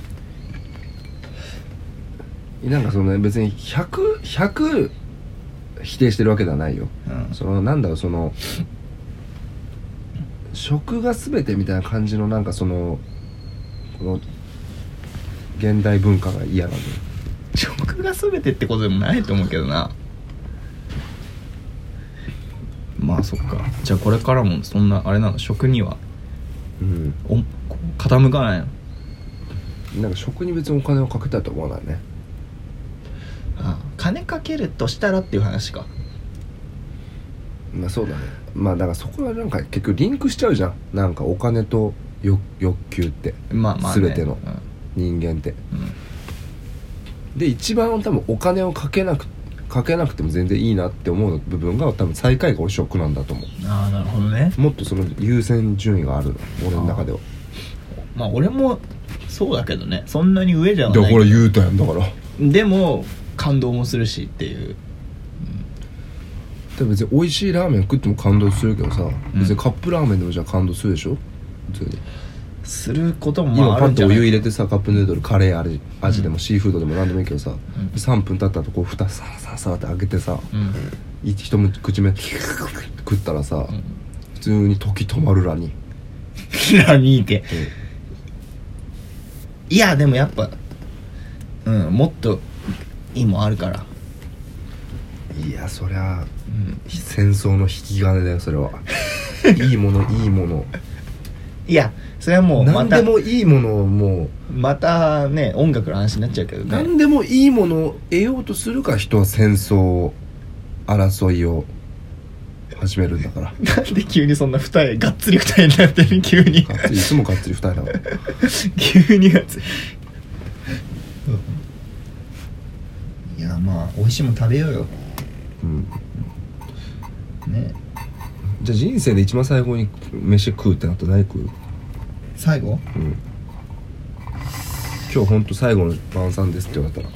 なんかその別に100否定してるわけではないよ、そのなんだろう、その食が全てみたいな感じのなんかそのこの現代文化が嫌なんだよ。 食が全てってことでもないと思うけどな。まあそっか。じゃあこれからもそんなあれなの、食にはこう傾かないの？ なんか食に別にお金をかけたいと思わないね。 金かけるとしたらっていう話か。 まあそうだね。まあだからそこはなんか結局リンクしちゃうじゃん。なんかお金と欲求ってまあね、 全ての人間って、で一番多分お金をかけなくても全然いいなって思う部分が多分最下位が俺食なんだと思う。 ああ、なるほどね。 もっとその優先順位があるの俺の中では。 まあ俺もそうだけどね、そんなに上じゃないけど。 だから言うたやんだから。 でも感動もするしっていう、 でも別に美味しいラーメン食っても感動するけどさ、別にカップラーメンでもじゃあ感動するでしょ普通に。 することも今パッとお湯入れててさ、カップヌードルカレー味でもシーフードでも何でもいいけどさ、3分経った後こう蓋サラサラサラって開けてさ、一口目食ったらさ、普通に時止まるらに何って、いやでもやっぱもっといいもんあるから。 いやそりゃ、戦争の引き金だよそれは。いいものいやそれはもう何でもいいものをもうまたね音楽の話になっちゃうけどね。 何でもいいものを得ようとするから人は戦争争いを始めるんだから。 なんで急にそんながっつり二重になってる急に。 いつもがっつり二重だから急にがっつりいやまあ美味しいもん食べようよ。ね。 じゃあ人生で一番最後に飯食うってなったら何食う？ 最後？ 今日ほんと最後の晩餐ですって言われたら。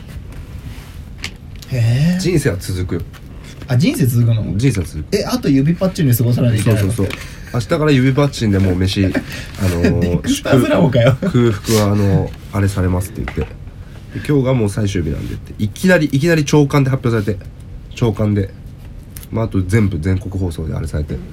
へえ。 人生は続くよ。 あ、人生続くの？ 人生は続く。 あと指パッチンで過ごさないといけないの？ そう明日から指パッチンでもう飯デクスターズラボかよ。 空腹はあれされますって言って、今日がもう最終日なんでっていきなり朝刊で発表されて、朝刊であと全部全国放送であれされて。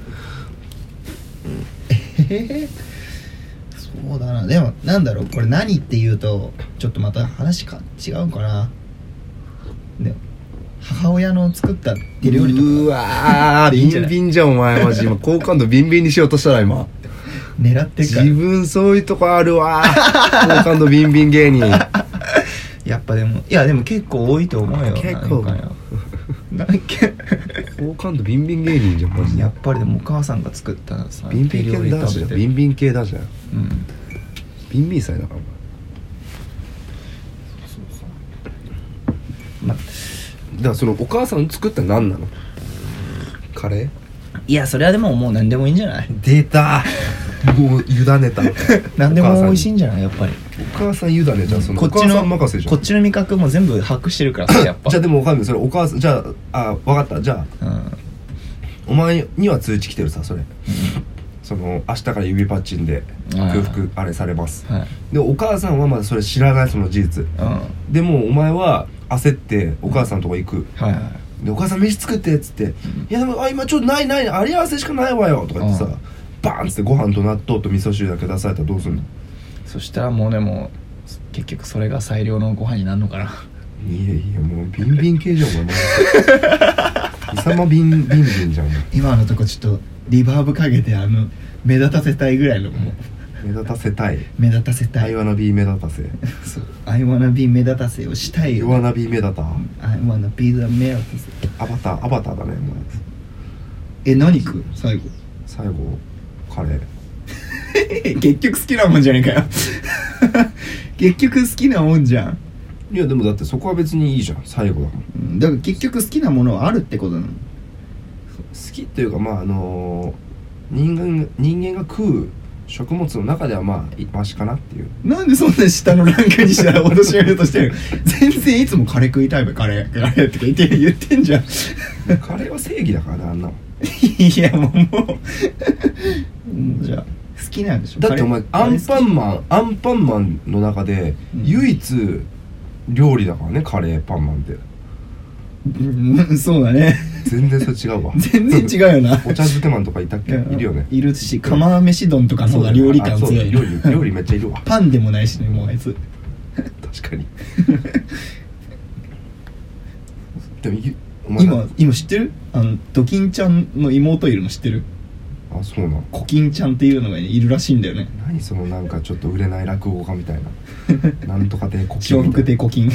そうだな。でもなんだろう、これ何って言うとちょっとまた話か違うかな。で母親の作った手料理とか。 うわービンビンじゃんお前マジ。今好感度ビンビンにしようとしたら今狙ってるから自分そういうとこあるわ好感度ビンビン芸人やっぱでもいやでも結構多いと思うよ。 結構なんか好感度ビンビン芸人じゃんマジで。 やっぱりでもお母さんが作ったさビンビン系だじゃん。ビンビン系だじゃん。 うんビンビン祭だからまだからそのお母さん作ったの何なの？カレー？ いやそれはでももう何でもいいんじゃない？ 出たもう委ねた何でも美味しいんじゃないやっぱり。 お母さん委ねじゃん。そのこっちのお母さん任せじゃん。 こっちの味覚も全部把握してるからさやっぱじゃあでもわかんないそれお母さんじゃあ分かったじゃあ、お前には通知来てるさそれ、その明日から指パッチンで空腹あれされます、 はい、 でお母さんはまだそれ知らないその事実、でもお前は焦ってお母さんのとこ行く、 はいはいでお母さん飯作ってっつって、いやでも今ちょっとないあり合わせしかないわよとか言ってさ、バーンっつってご飯と納豆と味噌汁だけ出されたらどうすんの？ そしたらもうでも結局それが最良のご飯になるのかな。 いやもうビンビン系じゃんお前イサマビンじゃん今のとこちょっとリバーブかけて目立たせたいぐらいのもう目立たせたい目立たせたい I wanna be 目立たせそう I wanna be 目立たせをしたい You よ wanna be 目立た I wanna be the 目立たせアバターだねお前何食う最後最後カレー結局好きなもんじゃねえかよ結局好きなもんじゃん。 いやでもだってそこは別にいいじゃん最後だもん。 だから結局好きなものはあるってことなの。 好きっていうかまあ人間が食う食物の中ではまあマシかなっていう。 なんでそんな下のランクにしたら脅し上げようとしてる全然いつもカレー食いたいべカレーとか言ってんじゃんカレーは正義だからねあんなのいやもうじゃあ好きなんでしょ。 だってお前アンパンマンの中で唯一料理だからねカレーパンマンってそうだね全然それ違うわ全然違うよなお茶漬けマンとかいたっけ？いるよね。 いるし釜飯丼とかの方が料理感強い。 料理めっちゃいるわパンでもないしねもうあいつ確かにでもお前今知ってる？ドキンちゃんの妹いるの知ってる？ あ、そうなの。 コキンちゃんっていうのがいるらしいんだよね。 何そのなんかちょっと売れない落語家みたいななんとかでコキン笑福亭コキン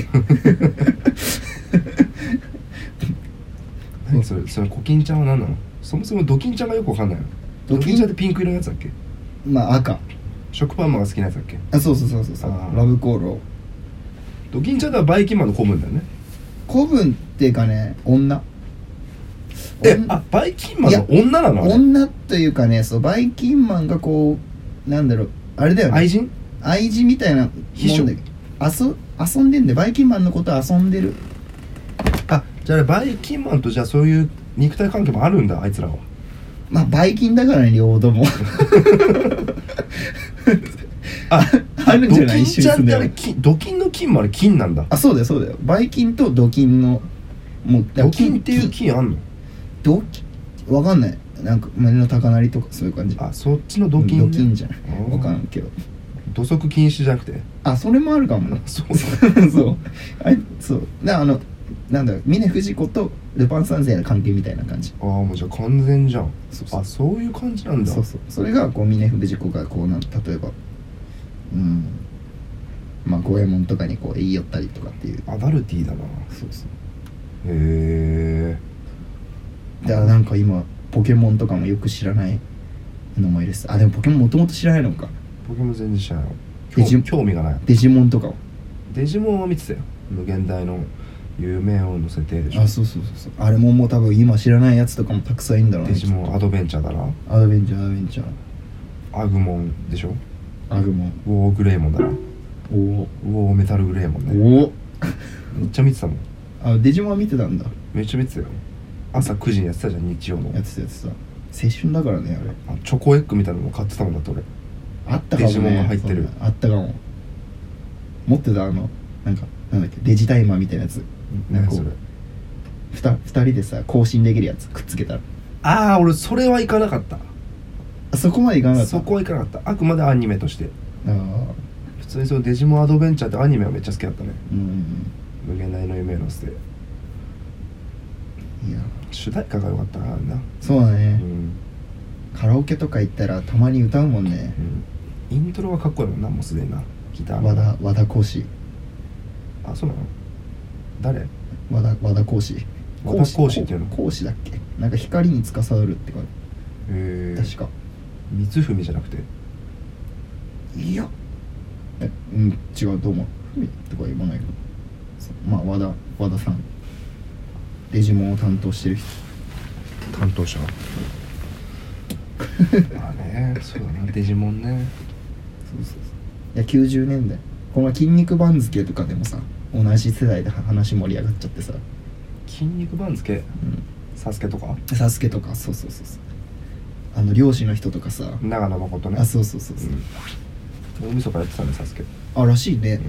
何それコキンちゃんは何なの？そもそもドキンちゃんがよくわかんないの。ドキンちゃんってピンク色のやつだっけ？ まあ赤。 食パンマンが好きなやつだっけ？ あ、そうラブコーロー。 ドキンちゃんとはバイキンマンの子分だよね。 子分っていうかね、女。 バイキンマンの女なの？ 女というかね、そうバイキンマンがこうなんだろう、あれだよね。愛人みたいなもんで遊んでんで、バイキンマンのこと遊んでる。 あ、じゃあバイキンマンとじゃあそういう肉体関係もあるんだあいつらは。 まあバイキンだからね両方ともあるんじゃない？ ドキンちゃんってあれドキンの金もあれ金なんだ。 あ、そうだよバイキンとドキンのもうドキンっていう金あんの？ わかんない、なんか胸の高鳴りとかそういう感じ。 あ、そっちのドキン、ね、 ドキンじゃない、わかんないけど土足禁止じゃなくて、 あ、それもあるかもねそうそうそうなんだろう、峰不二子とルパン三世の関係みたいな感じ。 ああ、もうじゃあ完全じゃん。 そうあ、そういう感じなんだ。 そうそれがこう峰不二子がこう例えばまあ五右衛門とかにこう言い寄ったりとかっていうアダルティーだな。 そうへえ。 だからなんか今ポケモンとかもよく知らないのもいるし、あ、でもポケモンもともと知らないのか。 ポケモン全然知らない。興味がない。 デジモンとかはデジモンは見てたよ。無限大の夢を乗せてでしょ。 あ、そうあれももう多分今知らないやつとかもたくさんいるんだろうね。 デジモンアドベンチャーだな。 アドベンチャーアグモンでしょ。 アグモン、 ウォーグレイモンだな。 ウォーメタルグレイモンね。めっちゃ見てたもん。 あ、デジモンは見てたんだ。 めっちゃ見てたよ。朝9時にやってたじゃん、日曜の。 やってた青春だからねあれ。 チョコエッグみたいなのも買ってたもんだって俺。 あったかもね。 デジモンが入ってる。 あったかも。持ってたなんだっけデジタイマーみたいなやつ。なんかこう2人でさ更新できるやつくっつけたら。 ああ、俺それはいかなかった。 あそこまでいかなかった。 そこはいかなかった。あくまでアニメとして。 ああ。 普通にそのデジモンアドベンチャーってアニメはめっちゃ好きだったね。無限大の夢を乗せて。 いや。 主題歌が良かったなあんな。 そうだね。 カラオケとか行ったらたまに歌うもんね、 イントロはかっこいいもんな、もうすでにな。ギター和田講師。 あ、そうなの？誰？ 和田講師。 和田講師っていうの？ 講師だっけ？なんか光に司るってか。確か光文じゃなくて。 いや違うと思う。文とか言わないけど、まあ和田さん、デジモンを担当してる人。 担当者。まあね、そうだな、デジモンね。 そういや90年代この筋肉番付とかでもさ、同じ世代で話盛り上がっちゃってさ。 筋肉番付、サスケとか、 サスケとか、そう漁師の人とかさ、 長野誠ね。 あ、そう、 大晦日やってたね、サスケ。 あ、らしいね、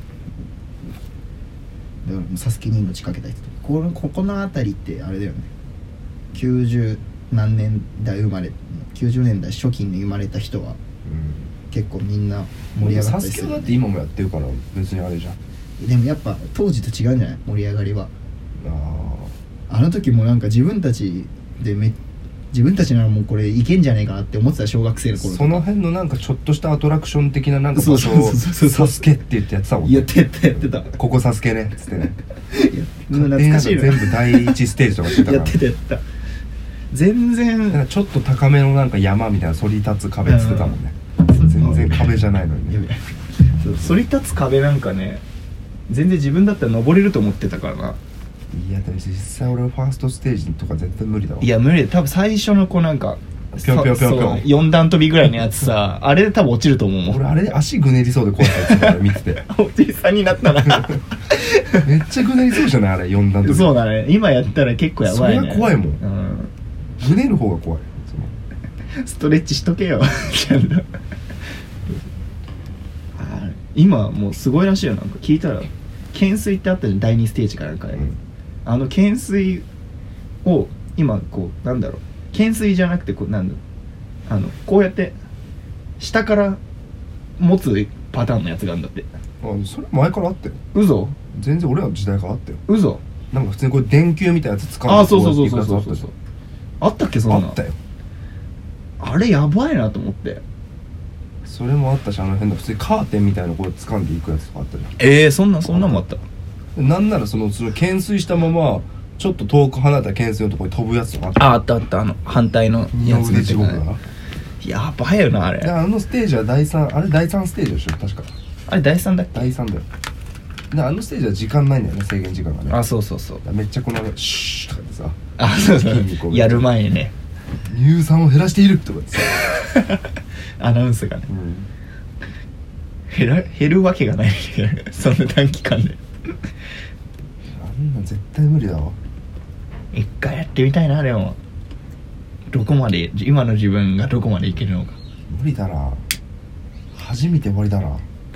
だからもうサスケに命かけた人とか、ここの辺りってあれだよね、90何年代生まれ、90年代初期に生まれた人は、結構みんな盛り上がったりする、ね、 サスケはだって今もやってるから別にあれじゃん。 でもやっぱ当時と違うんじゃない？盛り上がりは。あの時もなんか自分たちならもうこれいけんじゃねえかなって思ってた、小学生の頃とか。 その辺のなんかちょっとしたアトラクション的ななんか場所をサスケって言ってやってたもんね。 やってたここサスケねっつってね。 懐かしいの。 全部第一ステージとかしてたからやってた全然なんかちょっと高めのなんか山みたいな反り立つ壁っつってたもんね。全然壁じゃないのにね。 反り立つ壁なんかね、全然自分だったら登れると思ってたからな。 いやでも実際俺はファーストステージとか絶対無理だわ。 いや無理で、多分最初のこうなんかぴょんぴょんぴょんぴょん 4段跳びぐらいのやつさあれで多分落ちると思うもん。 俺あれで足ぐねりそうで怖かったやつ見てておじさんになったなめっちゃぐねりそうじゃないあれ4段跳び。 そうだね、今やったら結構やばいね。 それが怖いもん、ぐねる方が怖い。 ストレッチしとけよちゃんと今もうすごいらしいよ。なんか聞いたら懸垂ってあったじゃん、第2ステージかなんかで、あの懸垂を今こうなんだろう、懸垂じゃなくてこうなんだろう、こうやって下から持つパターンのやつがあるんだって。 それ前からあったよ。 嘘？ 全然俺らの時代からあったよ。 嘘？ なんか普通にこれ電球みたいなやつ使う。 あ、そうあったっけ、そんな。 あったよ。 あれやばいなと思って。 それもあったし、変な普通にカーテンみたいなこれ掴んでいくやつとかあったじゃん。 そんなもあった。 なんならその懸垂したままちょっと遠く離れた懸垂のところに飛ぶやつとかあった。反対のやつで地獄がやばいよなあれ。 あのステージは第3ステージでしょ確か。 あれ第3だっけ？ 第3だよ。あのステージは時間ないんだよね、制限時間がね。 あ、そうめっちゃこのシューとかでさ、 そうやる前にね、 乳酸を減らしているとかってさアナウンスがね、減るわけがないそんな短期間であんなん絶対無理だわ。 一回やってみたいな。でもどこまで今の自分がどこまでいけるのか。 無理だな、初めて終わりだな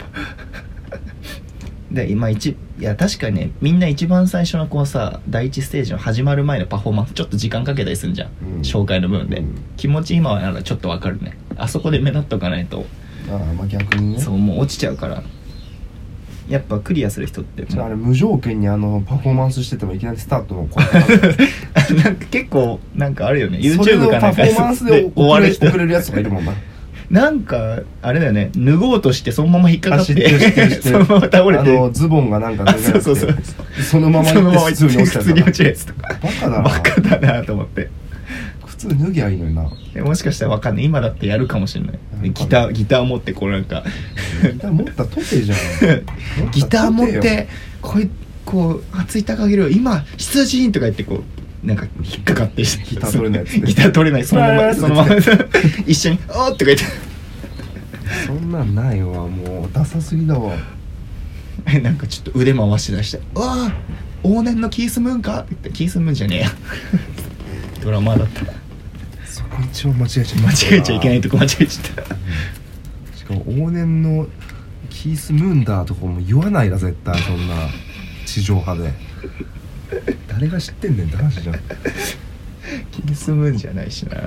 で今いや確かにね、みんな一番最初のこうさ、第一ステージの始まる前のパフォーマンスちょっと時間かけたりするんじゃん、紹介の部分で、気持ち今はならちょっとわかるね。あそこで目立っとかないと、 まあ逆にね、 そうもう落ちちゃうから。やっぱクリアする人ってあれ無条件にパフォーマンスしててもいきなりスタートのなんか結構なんかあるよね、 YouTube かなんかパフォーマンスで終わる人遅れるやつとかいるもんななんかあれだよね、脱ごうとしてそのまま引っかかってそのまま倒れて、 ズボンがなんか脱げなくてそのまま普通に落ちたやつとか。バカだなと思って。 普通脱ぎゃいいのにな。 もしかしたらわかんない、今だってやるかもしれない。ギター持ってこうなんかギター持ったとてじゃんギター持ってこう熱い高げる今出陣とか言ってこうなんか引っかかってギター取れないやつギター取れない、そのまま一緒に「おー」とか言ってそんなんないわ、もうダサすぎだわなんかちょっと腕回し出して「うわー往年のキースムーンか?」って言って「キースムーンじゃねえや」ドラマーだった。 そこ一応間違えちゃいけないとこ間違えちゃった、 しかも往年のキース・ムーンだとかも言わないな絶対、そんな地上波で誰が知ってんねんって話じゃんキースムーンじゃないしな。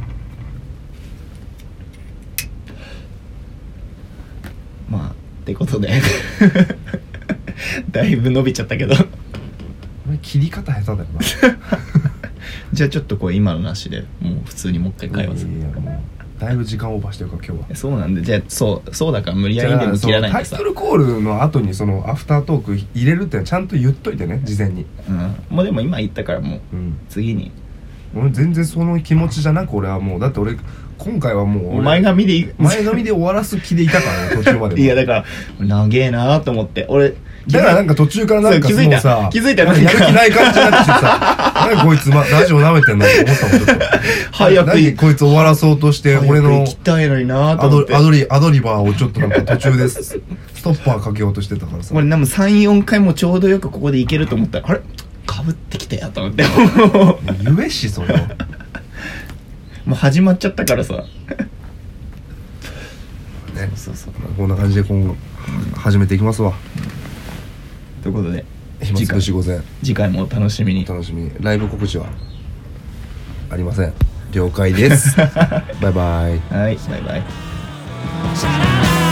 まあってことでだいぶ伸びちゃったけど俺切り方下手だよなじゃあちょっとこう今のなしでもう普通にもう一回会話する。 いやもうだいぶ時間オーバーしてるから今日は。 そうなんで、じゃあそうだから無理やりでも切らないでさ。 タイトルコールの後にそのアフタートーク入れるってちゃんと言っといてね、事前に。 もうでも今言ったからもう、次に俺全然その気持ちじゃなく、俺はもうだって俺今回はもう前髪で終わらす気でいたからね途中まで。 いやだから長えなと思って俺だからなんか途中からなんかもうさ気づいたやる気ない感じになってきてさ何こいつラジオ舐めてんなって思ったもん。ちょっと早く何こいつ終わらそうとして俺の行きたいのになと思ってアドリバーをちょっとなんか途中でストッパーかけようとしてたからさ。 俺なんか 3,4 回もちょうどよくここでいけると思ったらあれかぶってきたやと思って言えしそれをもう始まっちゃったからさね。 そうこんな感じで今後始めていきますわ。 ということで暇つぶし午前、 次回もお楽しみに。 ライブ告知はありません。了解ですバイバイ。 はいバイバイ。